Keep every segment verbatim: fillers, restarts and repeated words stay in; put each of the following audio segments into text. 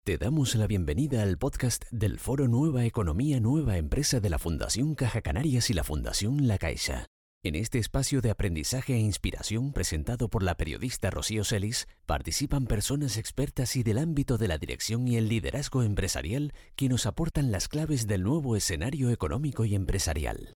Te damos la bienvenida al podcast del Foro Nueva Economía Nueva Empresa de la Fundación Caja Canarias y la Fundación La Caixa. En este espacio de aprendizaje e inspiración presentado por la periodista Rocío Celis, participan personas expertas y del ámbito de la dirección y el liderazgo empresarial que nos aportan las claves del nuevo escenario económico y empresarial.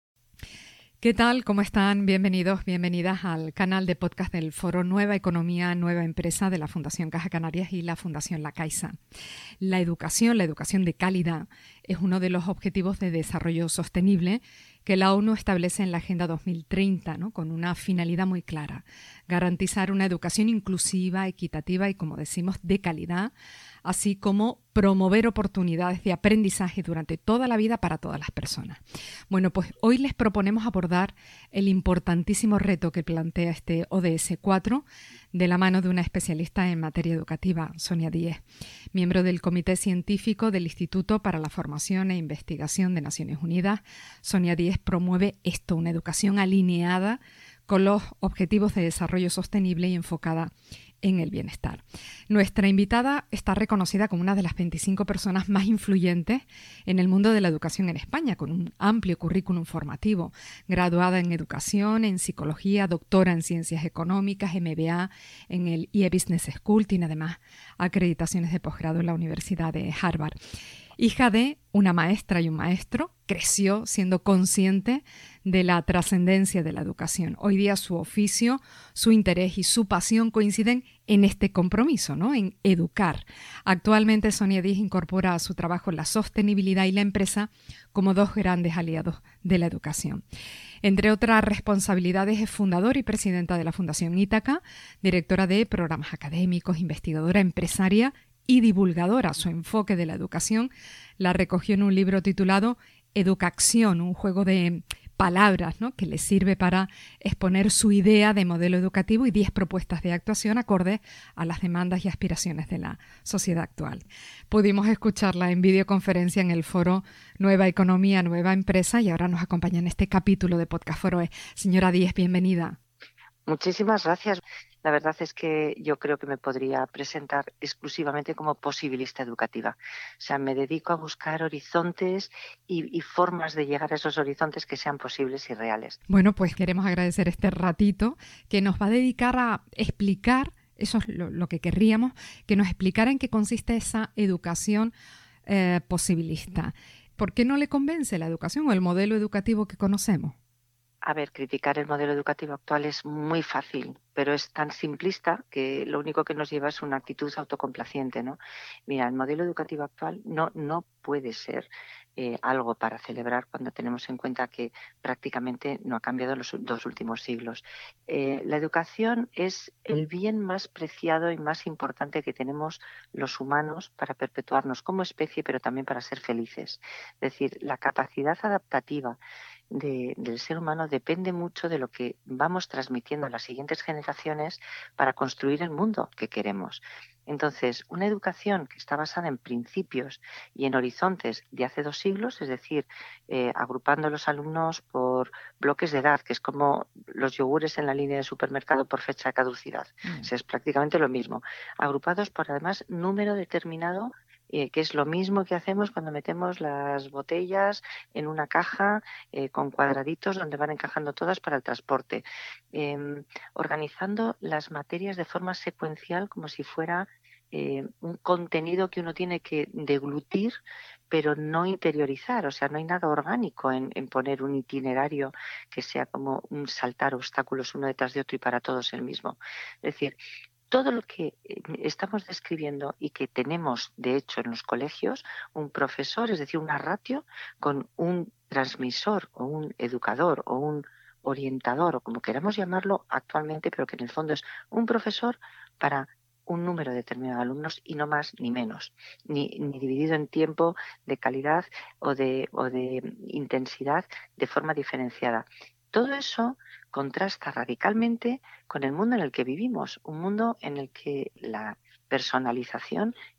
¿Qué tal? ¿Cómo están? Bienvenidos, bienvenidas al canal de podcast del Foro Nueva Economía, Nueva Empresa de la Fundación Caja Canarias y la Fundación La Caixa. La educación, la educación de calidad, es uno de los objetivos de desarrollo sostenible que la ONU establece en la Agenda dos mil treinta, ¿no? Con una finalidad muy clara: garantizar una educación inclusiva, equitativa y, como decimos, de calidad, así como promover oportunidades de aprendizaje durante toda la vida para todas las personas. Bueno, pues hoy les proponemos abordar el importantísimo reto que plantea este O D S cuatro de la mano de una especialista en materia educativa, Sonia Díez, miembro del Comité Científico del Instituto para la Formación e Investigación de Naciones Unidas. Sonia Díez promueve esto, una educación alineada con los objetivos de desarrollo sostenible y enfocada en el bienestar. Nuestra invitada está reconocida como una de las veinticinco personas más influyentes en el mundo de la educación en España, con un amplio currículum formativo, graduada en educación, en psicología, doctora en ciencias económicas, M B A en el I E Business School, tiene además acreditaciones de posgrado en la Universidad de Harvard. Hija de una maestra y un maestro, creció siendo consciente de la trascendencia de la educación. Hoy día su oficio, su interés y su pasión coinciden en este compromiso, ¿no? En educar. Actualmente Sonia Díez incorpora a su trabajo la sostenibilidad y la empresa como dos grandes aliados de la educación. Entre otras responsabilidades, es fundadora y presidenta de la Fundación Ítaca, directora de programas académicos, investigadora empresaria y divulgadora. Su enfoque de la educación la recogió en un libro titulado Educación, un juego de palabras, ¿no?, que le sirve para exponer su idea de modelo educativo y diez propuestas de actuación acordes a las demandas y aspiraciones de la sociedad actual. Pudimos escucharla en videoconferencia en el foro Nueva Economía, Nueva Empresa, y ahora nos acompaña en este capítulo de Podcast Foro. Señora Díez, bienvenida. Muchísimas gracias. La verdad es que yo creo que me podría presentar exclusivamente como posibilista educativa. O sea, me dedico a buscar horizontes y, y formas de llegar a esos horizontes que sean posibles y reales. Bueno, pues queremos agradecer este ratito que nos va a dedicar a explicar, eso es lo, lo que querríamos, que nos explicara en qué consiste esa educación eh, posibilista. ¿Por qué no le convence la educación o el modelo educativo que conocemos? A ver, criticar el modelo educativo actual es muy fácil, pero es tan simplista que lo único que nos lleva es una actitud autocomplaciente, ¿no? Mira, el modelo educativo actual no, no puede ser eh, algo para celebrar cuando tenemos en cuenta que prácticamente no ha cambiado en los dos últimos siglos. Eh, la educación es el bien más preciado y más importante que tenemos los humanos para perpetuarnos como especie, pero también para ser felices. Es decir, la capacidad adaptativa De, del ser humano depende mucho de lo que vamos transmitiendo a las siguientes generaciones para construir el mundo que queremos. Entonces, una educación que está basada en principios y en horizontes de hace dos siglos, es decir, eh, agrupando a los alumnos por bloques de edad, que es como los yogures en la línea de supermercado por fecha de caducidad. Mm. O sea, es prácticamente lo mismo. Agrupados por, además, número determinado, Eh, que es lo mismo que hacemos cuando metemos las botellas en una caja eh, con cuadraditos donde van encajando todas para el transporte, eh, organizando las materias de forma secuencial como si fuera eh, un contenido que uno tiene que deglutir pero no interiorizar. O sea, no hay nada orgánico en, en poner un itinerario que sea como un saltar obstáculos uno detrás de otro y para todos el mismo. Es decir, todo lo que estamos describiendo y que tenemos, de hecho, en los colegios, un profesor, es decir, una ratio, con un transmisor o un educador o un orientador, o como queramos llamarlo actualmente, pero que en el fondo es un profesor para un número determinado de alumnos y no más ni menos, ni, ni dividido en tiempo de calidad o de, o de intensidad de forma diferenciada. Todo eso contrasta radicalmente con el mundo en el que vivimos, un mundo en el que la personalización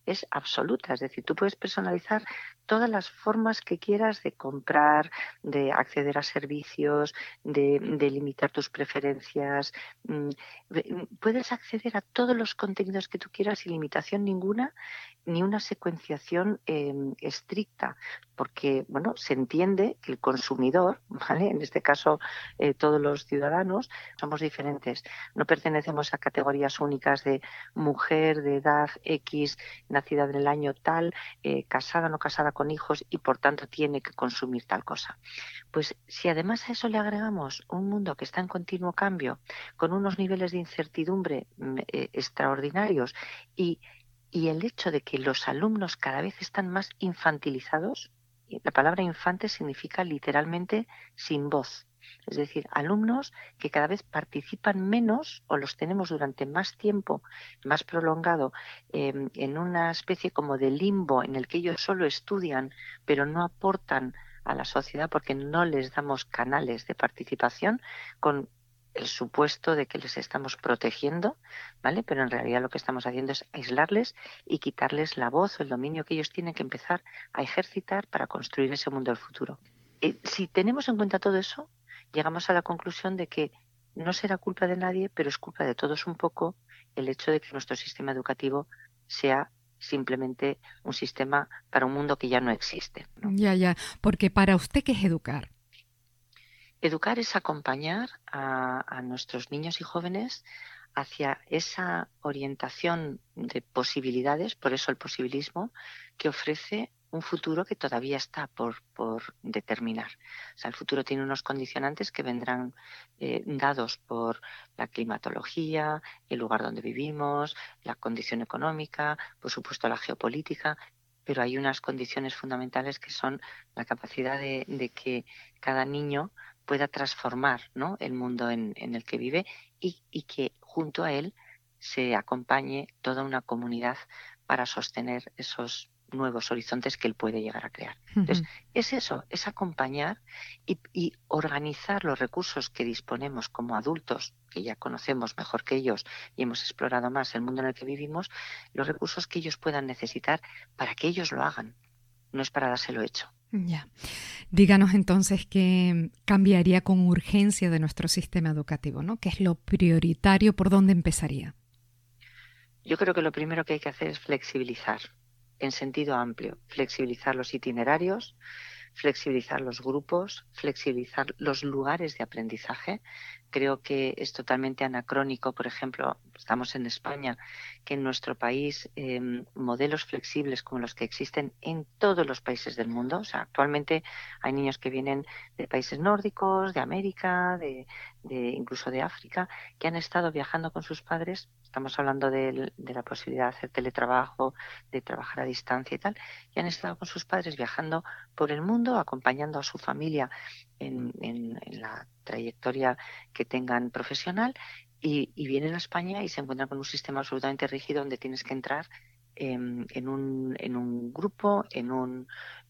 es absoluta. Es decir, tú puedes personalizar todas las formas que quieras de comprar, de acceder a servicios, de, de limitar tus preferencias. Mm, de- Puedes acceder a todos los contenidos que tú quieras sin limitación ninguna, ni una secuenciación eh, estricta, porque bueno, se entiende que el consumidor, ¿vale? En este caso eh, todos los ciudadanos, somos diferentes. No pertenecemos a categorías únicas de mujer de edad X, nacida en el año tal, eh, casada o no casada con hijos y por tanto tiene que consumir tal cosa. Pues si además a eso le agregamos un mundo que está en continuo cambio, con unos niveles de incertidumbre mm, eh, extraordinarios y, y el hecho de que los alumnos cada vez están más infantilizados, y la palabra infante significa literalmente sin voz. Es decir, alumnos que cada vez participan menos o los tenemos durante más tiempo, más prolongado, eh, en una especie como de limbo en el que ellos solo estudian pero no aportan a la sociedad porque no les damos canales de participación con el supuesto de que les estamos protegiendo, ¿vale? Pero en realidad lo que estamos haciendo es aislarles y quitarles la voz o el dominio que ellos tienen que empezar a ejercitar para construir ese mundo del futuro. Eh, si tenemos en cuenta todo eso, llegamos a la conclusión de que no será culpa de nadie, pero es culpa de todos un poco el hecho de que nuestro sistema educativo sea simplemente un sistema para un mundo que ya no existe, ¿no? Ya, ya, porque para usted, ¿qué es educar? Educar es acompañar a, a nuestros niños y jóvenes hacia esa orientación de posibilidades, por eso el posibilismo, que ofrece un futuro que todavía está por, por determinar. O sea, el futuro tiene unos condicionantes que vendrán eh, dados por la climatología, el lugar donde vivimos, la condición económica, por supuesto la geopolítica, pero hay unas condiciones fundamentales que son la capacidad de, de que cada niño pueda transformar, ¿no?, el mundo en, en el que vive y, y que junto a él se acompañe toda una comunidad para sostener esos nuevos horizontes que él puede llegar a crear. Entonces, es eso, es acompañar y, y organizar los recursos que disponemos como adultos, que ya conocemos mejor que ellos y hemos explorado más el mundo en el que vivimos, los recursos que ellos puedan necesitar para que ellos lo hagan. No es para dárselo hecho. Ya. Díganos entonces qué cambiaría con urgencia de nuestro sistema educativo, ¿no? ¿Qué es lo prioritario? ¿Por dónde empezaría? Yo creo que lo primero que hay que hacer es flexibilizar, en sentido amplio, flexibilizar los itinerarios, flexibilizar los grupos, flexibilizar los lugares de aprendizaje. Creo que es totalmente anacrónico, por ejemplo, estamos en España, que en nuestro país eh, modelos flexibles como los que existen en todos los países del mundo. O sea, actualmente hay niños que vienen de países nórdicos, de América, de, de incluso de África, que han estado viajando con sus padres. Estamos hablando de, de la posibilidad de hacer teletrabajo, de trabajar a distancia y tal, y han estado con sus padres viajando por el mundo, acompañando a su familia en, en, en la trayectoria que tengan profesional y, y vienen a España y se encuentran con un sistema absolutamente rígido donde tienes que entrar en, en, un, en un grupo, en un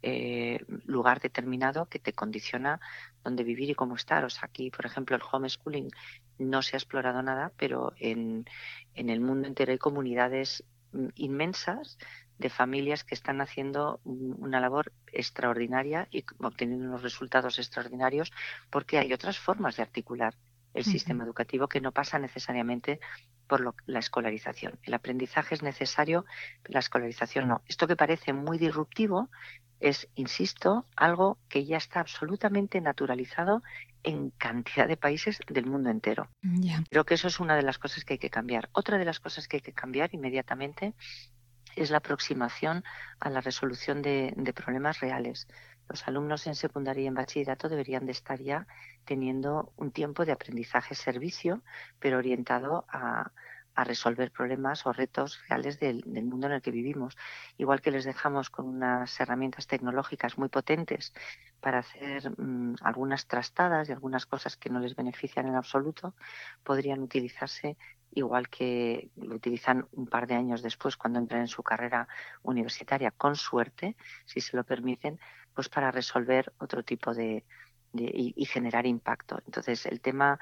eh, lugar determinado que te condiciona dónde vivir y cómo estar. O sea, aquí, por ejemplo, el homeschooling no se ha explorado nada, pero en, en el mundo entero hay comunidades inmensas de familias que están haciendo una labor extraordinaria y obteniendo unos resultados extraordinarios porque hay otras formas de articular el uh-huh. sistema educativo que no pasa necesariamente por lo, la escolarización. El aprendizaje es necesario, la escolarización no. Esto que parece muy disruptivo es, insisto, algo que ya está absolutamente naturalizado en cantidad de países del mundo entero. Yeah. Creo que eso es una de las cosas que hay que cambiar. Otra de las cosas que hay que cambiar inmediatamente es la aproximación a la resolución de, de problemas reales. Los alumnos en secundaria y en bachillerato deberían de estar ya teniendo un tiempo de aprendizaje-servicio, pero orientado a, a resolver problemas o retos reales del, del mundo en el que vivimos. Igual que les dejamos con unas herramientas tecnológicas muy potentes para hacer mmm, algunas trastadas y algunas cosas que no les benefician en absoluto, podrían utilizarse igual que lo utilizan un par de años después cuando entran en su carrera universitaria, con suerte, si se lo permiten, pues para resolver otro tipo de, de y, y generar impacto. Entonces, el tema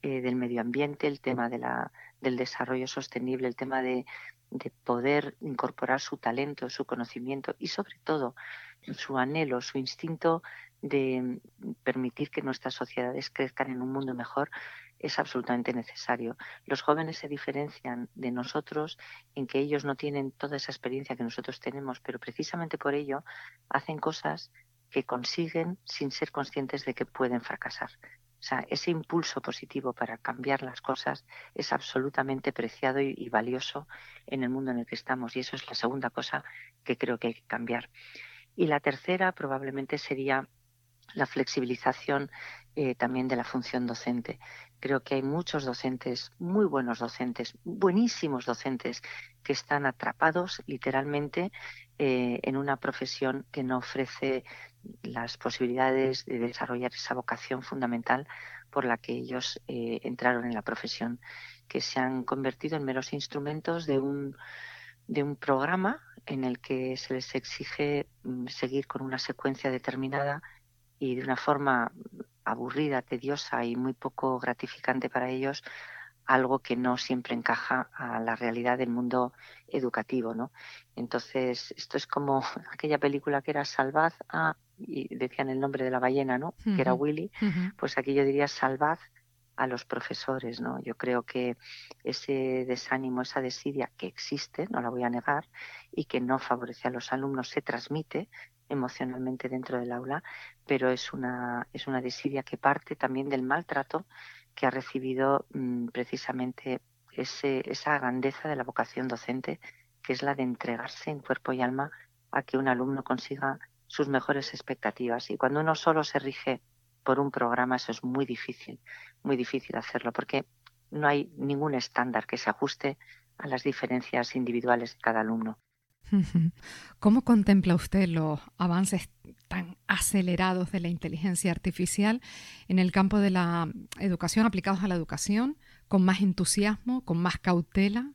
eh, del medio ambiente, el tema de la, del desarrollo sostenible, el tema de, de poder incorporar su talento, su conocimiento y sobre todo su anhelo, su instinto de permitir que nuestras sociedades crezcan en un mundo mejor, es absolutamente necesario. Los jóvenes se diferencian de nosotros en que ellos no tienen toda esa experiencia que nosotros tenemos, pero precisamente por ello hacen cosas que consiguen sin ser conscientes de que pueden fracasar. O sea, ese impulso positivo para cambiar las cosas es absolutamente preciado y, y valioso en el mundo en el que estamos. Y eso es la segunda cosa que creo que hay que cambiar. Y la tercera probablemente sería la flexibilización eh, también de la función docente. Creo que hay muchos docentes, muy buenos docentes, buenísimos docentes, que están atrapados literalmente eh, en una profesión que no ofrece las posibilidades de desarrollar esa vocación fundamental por la que ellos eh, entraron en la profesión, que se han convertido en meros instrumentos de un, de un programa en el que se les exige mm, seguir con una secuencia determinada y de una forma aburrida, tediosa y muy poco gratificante para ellos, algo que no siempre encaja a la realidad del mundo educativo, ¿no? Entonces, esto es como aquella película que era Salvad a, y decían el nombre de la ballena, ¿no? Uh-huh. Que era Willy, Uh-huh. pues aquí yo diría salvad a los profesores, ¿no? Yo creo que ese desánimo, esa desidia que existe, no la voy a negar, y que no favorece a los alumnos, se transmite emocionalmente dentro del aula, pero es una, es una desidia que parte también del maltrato que ha recibido mmm, precisamente ese, esa grandeza de la vocación docente, que es la de entregarse en cuerpo y alma a que un alumno consiga sus mejores expectativas. Y cuando uno solo se rige por un programa, eso es muy difícil, muy difícil hacerlo, porque no hay ningún estándar que se ajuste a las diferencias individuales de cada alumno. ¿Cómo contempla usted los avances tan acelerados de la inteligencia artificial en el campo de la educación, aplicados a la educación, con más entusiasmo, con más cautela?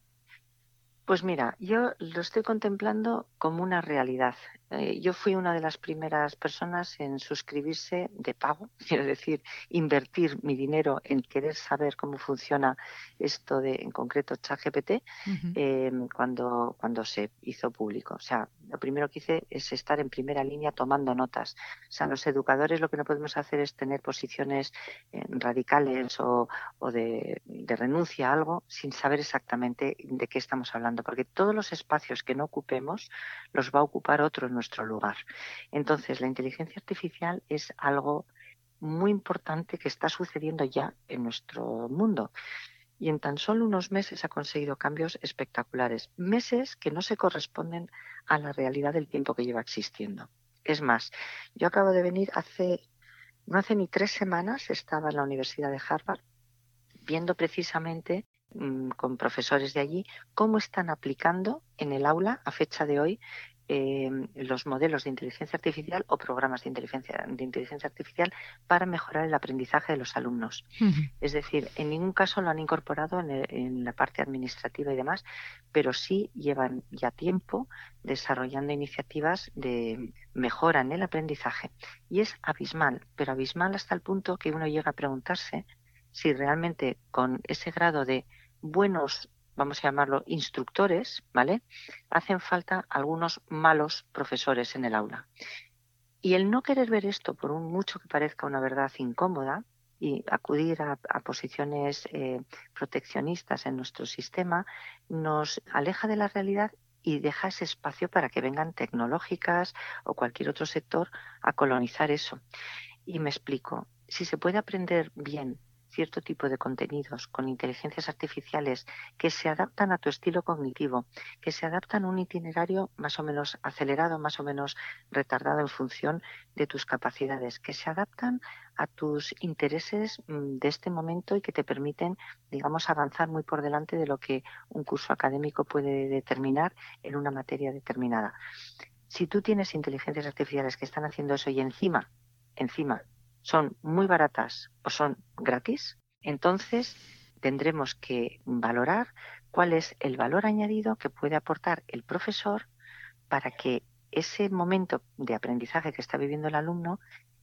Pues mira, yo lo estoy contemplando como una realidad. Eh, yo fui una de las primeras personas en suscribirse de pago, quiero decir, invertir mi dinero en querer saber cómo funciona esto de, en concreto, ChatGPT, uh-huh. eh, cuando, cuando se hizo público. O sea, lo primero que hice es estar en primera línea tomando notas. O sea, los educadores lo que no podemos hacer es tener posiciones eh, radicales o, o de, de renuncia a algo sin saber exactamente de qué estamos hablando, porque todos los espacios que no ocupemos los va a ocupar otro en nuestro lugar. Entonces, la inteligencia artificial es algo muy importante que está sucediendo ya en nuestro mundo. Y en tan solo unos meses ha conseguido cambios espectaculares. Meses que no se corresponden a la realidad del tiempo que lleva existiendo. Es más, yo acabo de venir hace, no hace ni tres semanas, estaba en la Universidad de Harvard viendo precisamente mmm, con profesores de allí cómo están aplicando en el aula a fecha de hoy eh, los modelos de inteligencia artificial o programas de inteligencia, de inteligencia artificial para mejorar el aprendizaje de los alumnos. Uh-huh. Es decir, en ningún caso lo han incorporado en, el, en la parte administrativa y demás, pero sí llevan ya tiempo desarrollando iniciativas de mejora en el aprendizaje. Y es abismal, pero abismal hasta el punto que uno llega a preguntarse si realmente con ese grado de buenos, vamos a llamarlo, instructores, ¿vale?, hacen falta algunos malos profesores en el aula. Y el no querer ver esto, por un mucho que parezca una verdad incómoda, y acudir a, a posiciones eh, proteccionistas en nuestro sistema, nos aleja de la realidad y deja ese espacio para que vengan tecnológicas o cualquier otro sector a colonizar eso. Y me explico, si se puede aprender bien cierto tipo de contenidos con inteligencias artificiales que se adaptan a tu estilo cognitivo, que se adaptan a un itinerario más o menos acelerado, más o menos retardado en función de tus capacidades, que se adaptan a tus intereses de este momento y que te permiten, digamos, avanzar muy por delante de lo que un curso académico puede determinar en una materia determinada. Si tú tienes inteligencias artificiales que están haciendo eso y encima, encima, son muy baratas o son gratis, entonces tendremos que valorar cuál es el valor añadido que puede aportar el profesor para que ese momento de aprendizaje que está viviendo el alumno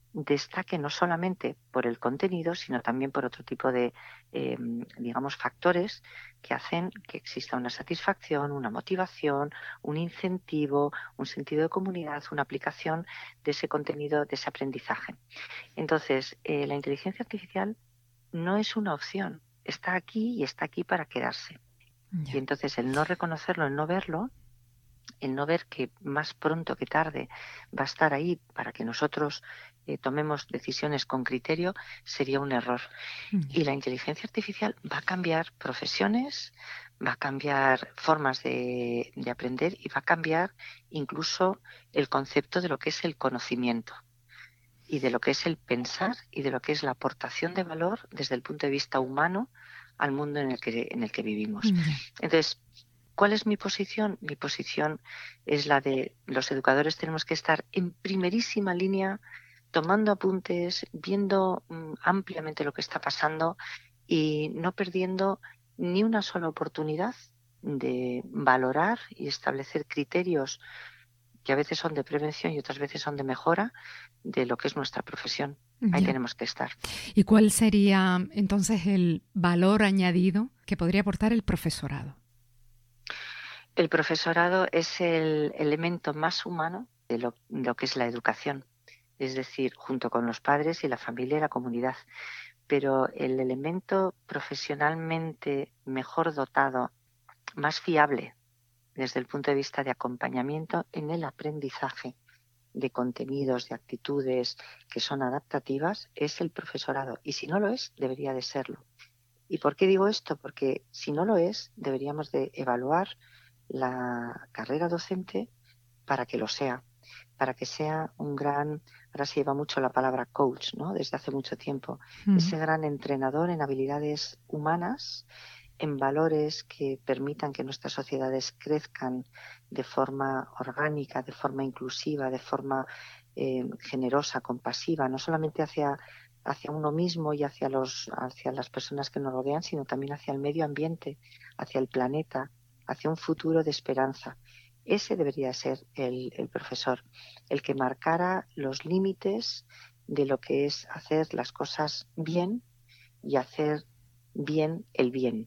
destaque no solamente por el contenido, sino también por otro tipo de, eh, digamos, factores que hacen que exista una satisfacción, una motivación, un incentivo, un sentido de comunidad, una aplicación de ese contenido, de ese aprendizaje. Entonces, eh, la inteligencia artificial no es una opción, está aquí y está aquí para quedarse. Ya. Y entonces el no reconocerlo, el no verlo, el no ver que más pronto que tarde va a estar ahí para que nosotros eh, tomemos decisiones con criterio, sería un error. Ya. Y la inteligencia artificial va a cambiar profesiones, va a cambiar formas de, de aprender y va a cambiar incluso el concepto de lo que es el conocimiento y de lo que es el pensar y de lo que es la aportación de valor desde el punto de vista humano al mundo en el que, en el que vivimos. Ya. Entonces, ¿cuál es mi posición? Mi posición es la de los educadores tenemos que estar en primerísima línea, tomando apuntes, viendo mm, ampliamente lo que está pasando y no perdiendo ni una sola oportunidad de valorar y establecer criterios que a veces son de prevención y otras veces son de mejora de lo que es nuestra profesión. Ahí Ya. tenemos que estar. ¿Y cuál sería entonces el valor añadido que podría aportar el profesorado? El profesorado es el elemento más humano de lo, lo que es la educación, es decir, junto con los padres y la familia y la comunidad. Pero el elemento profesionalmente mejor dotado, más fiable desde el punto de vista de acompañamiento en el aprendizaje de contenidos, de actitudes que son adaptativas, es el profesorado. Y si no lo es, debería de serlo. ¿Y por qué digo esto? Porque si no lo es, deberíamos de evaluar la carrera docente para que lo sea, para que sea un gran, ahora se lleva mucho la palabra coach, ¿no? Desde hace mucho tiempo, Mm. ese gran entrenador en habilidades humanas, en valores que permitan que nuestras sociedades crezcan de forma orgánica, de forma inclusiva, de forma eh, generosa, compasiva, no solamente hacia, hacia uno mismo y hacia, los, hacia las personas que nos rodean, sino también hacia el medio ambiente, hacia el planeta, hacia un futuro de esperanza. Ese debería ser el, el profesor, el que marcara los límites de lo que es hacer las cosas bien y hacer bien el bien.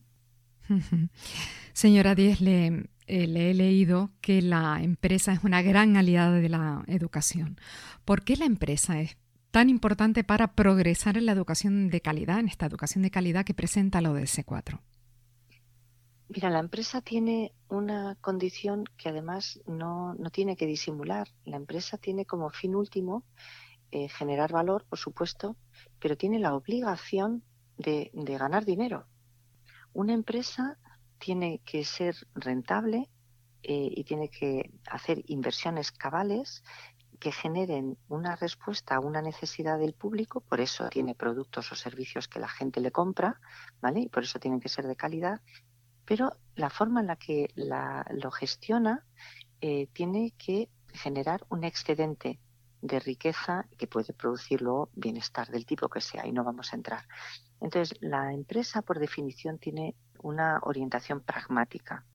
Señora Díez, le, eh, le he leído que la empresa es una gran aliada de la educación. ¿Por qué la empresa es tan importante para progresar en la educación de calidad, en esta educación de calidad que presenta la O D S cuatro? Mira, la empresa tiene una condición que además no, no tiene que disimular. La empresa tiene como fin último eh, generar valor, por supuesto, pero tiene la obligación de, de ganar dinero. Una empresa tiene que ser rentable eh, y tiene que hacer inversiones cabales que generen una respuesta a una necesidad del público, por eso tiene productos o servicios que la gente le compra, ¿vale? Y por eso tienen que ser de calidad, pero la forma en la que la, lo gestiona eh, tiene que generar un excedente de riqueza que puede producir luego bienestar del tipo que sea, y no vamos a entrar. Entonces, la empresa, por definición, tiene una orientación pragmática.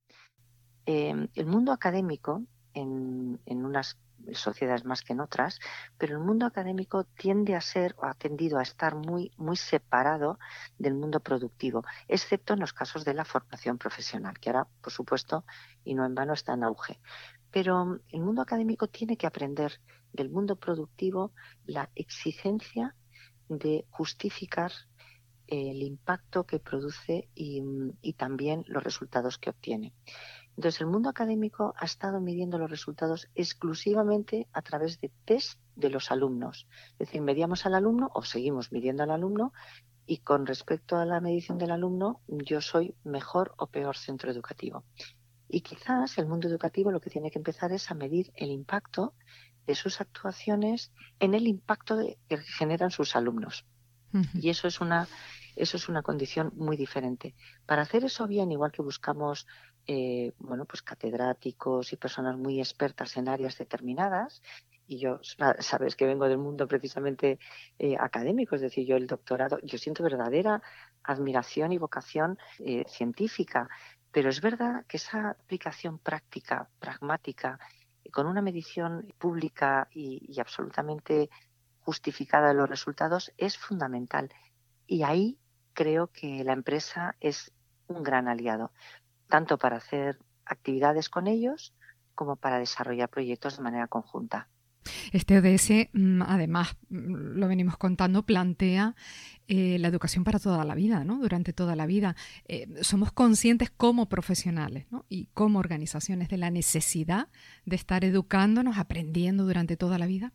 Eh, el mundo académico, en, en unas sociedades más que en otras, pero el mundo académico tiende a ser o ha tendido a estar muy, muy separado del mundo productivo, excepto en los casos de la formación profesional, que ahora, por supuesto, y no en vano, está en auge. Pero el mundo académico tiene que aprender del mundo productivo la exigencia de justificar el impacto que produce y, y también los resultados que obtiene. Entonces, el mundo académico ha estado midiendo los resultados exclusivamente a través de test de los alumnos. Es decir, medíamos al alumno o seguimos midiendo al alumno y con respecto a la medición del alumno, yo soy mejor o peor centro educativo. Y quizás el mundo educativo lo que tiene que empezar es a medir el impacto de sus actuaciones en el impacto de, que generan sus alumnos. Uh-huh. Y eso es una, eso es una condición muy diferente. Para hacer eso bien, igual que buscamos eh, bueno, pues catedráticos y personas muy expertas en áreas determinadas, y yo, sabes que vengo del mundo precisamente eh, académico, es decir, yo el doctorado, yo siento verdadera admiración y vocación eh, científica, pero es verdad que esa aplicación práctica, pragmática, con una medición pública y, y absolutamente justificada de los resultados es fundamental. Y ahí creo que la empresa es un gran aliado, tanto para hacer actividades con ellos como para desarrollar proyectos de manera conjunta. Este O D S, además, lo venimos contando, plantea eh, la educación para toda la vida, ¿no? Durante toda la vida. Eh, somos conscientes como profesionales, ¿no? Y como organizaciones de la necesidad de estar educándonos, aprendiendo durante toda la vida.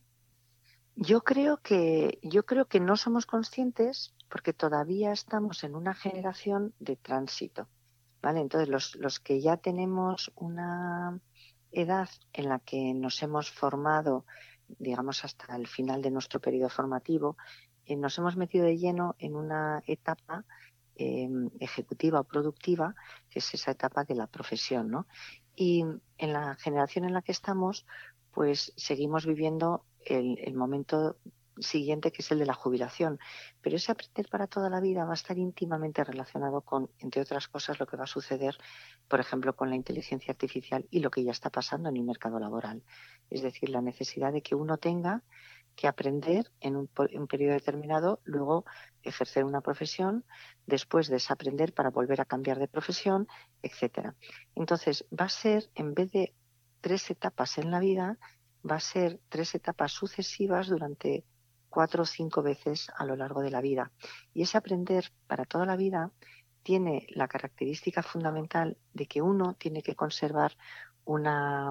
Yo creo que, yo creo que no somos conscientes porque todavía estamos en una generación de tránsito, ¿vale? Entonces, los, los que ya tenemos una edad en la que nos hemos formado, digamos, hasta el final de nuestro periodo formativo, eh, nos hemos metido de lleno en una etapa eh, ejecutiva o productiva, que es esa etapa de la profesión, ¿no? Y en la generación en la que estamos, pues seguimos viviendo el, el momento siguiente, que es el de la jubilación. Pero ese aprender para toda la vida va a estar íntimamente relacionado con, entre otras cosas, lo que va a suceder, por ejemplo, con la inteligencia artificial y lo que ya está pasando en el mercado laboral. Es decir, la necesidad de que uno tenga que aprender en un, en un periodo determinado, luego ejercer una profesión, después desaprender para volver a cambiar de profesión, etcétera. Entonces, va a ser, en vez de tres etapas en la vida, va a ser tres etapas sucesivas durante cuatro o cinco veces a lo largo de la vida. Y ese aprender para toda la vida tiene la característica fundamental de que uno tiene que conservar una,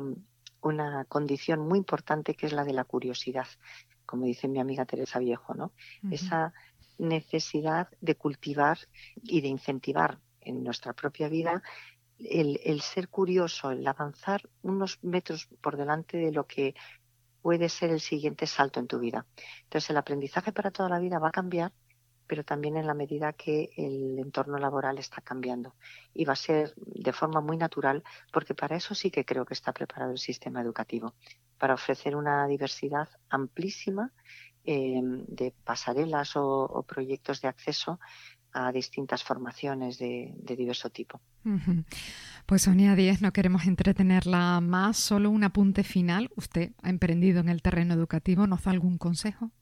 una condición muy importante, que es la de la curiosidad, como dice mi amiga Teresa Viejo, ¿no? Uh-huh. Esa necesidad de cultivar y de incentivar en nuestra propia vida el, el ser curioso, el avanzar unos metros por delante de lo que puede ser el siguiente salto en tu vida. Entonces, el aprendizaje para toda la vida va a cambiar, pero también en la medida que el entorno laboral está cambiando. Y va a ser de forma muy natural, porque para eso sí que creo que está preparado el sistema educativo, para ofrecer una diversidad amplísima eh, de pasarelas o, o proyectos de acceso a distintas formaciones de, de diverso tipo. Uh-huh. Pues Sonia Díez, no queremos entretenerla más, solo un apunte final. Usted ha emprendido en el terreno educativo, ¿nos da algún consejo?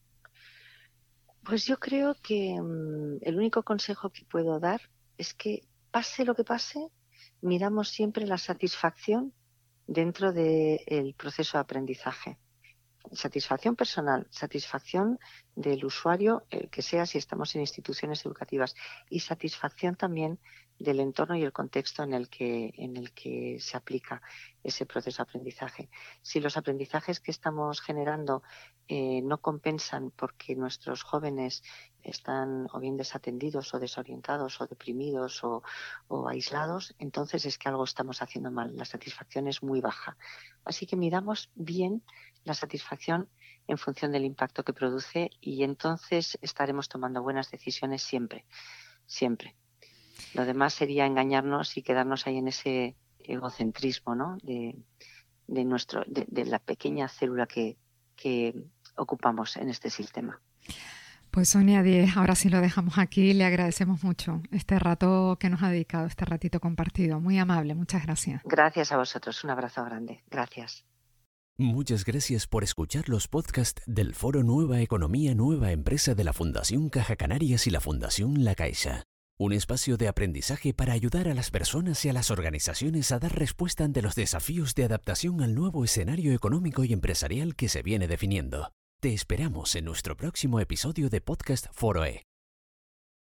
Pues yo creo que um, el único consejo que puedo dar es que, pase lo que pase, miramos siempre la satisfacción dentro del proceso de aprendizaje. Satisfacción personal, satisfacción del usuario, eh, que sea si estamos en instituciones educativas, y satisfacción también del entorno y el contexto en el que, en el que se aplica ese proceso de aprendizaje. Si los aprendizajes que estamos generando eh, no compensan porque nuestros jóvenes están o bien desatendidos o desorientados o deprimidos o, o aislados, entonces es que algo estamos haciendo mal. La satisfacción es muy baja. Así que midamos bien la satisfacción en función del impacto que produce, y entonces estaremos tomando buenas decisiones siempre, siempre. Lo demás sería engañarnos y quedarnos ahí en ese egocentrismo, ¿no? De, de, nuestro, de, de la pequeña célula que, que ocupamos en este sistema. Pues Sonia Díez, ahora sí lo dejamos aquí. Le agradecemos mucho este rato que nos ha dedicado, este ratito compartido. Muy amable, muchas gracias. Gracias a vosotros, un abrazo grande. Gracias. Muchas gracias por escuchar los podcasts del Foro Nueva Economía Nueva Empresa de la Fundación Caja Canarias y la Fundación La Caixa. Un espacio de aprendizaje para ayudar a las personas y a las organizaciones a dar respuesta ante los desafíos de adaptación al nuevo escenario económico y empresarial que se viene definiendo. Te esperamos en nuestro próximo episodio de Podcast Foro E.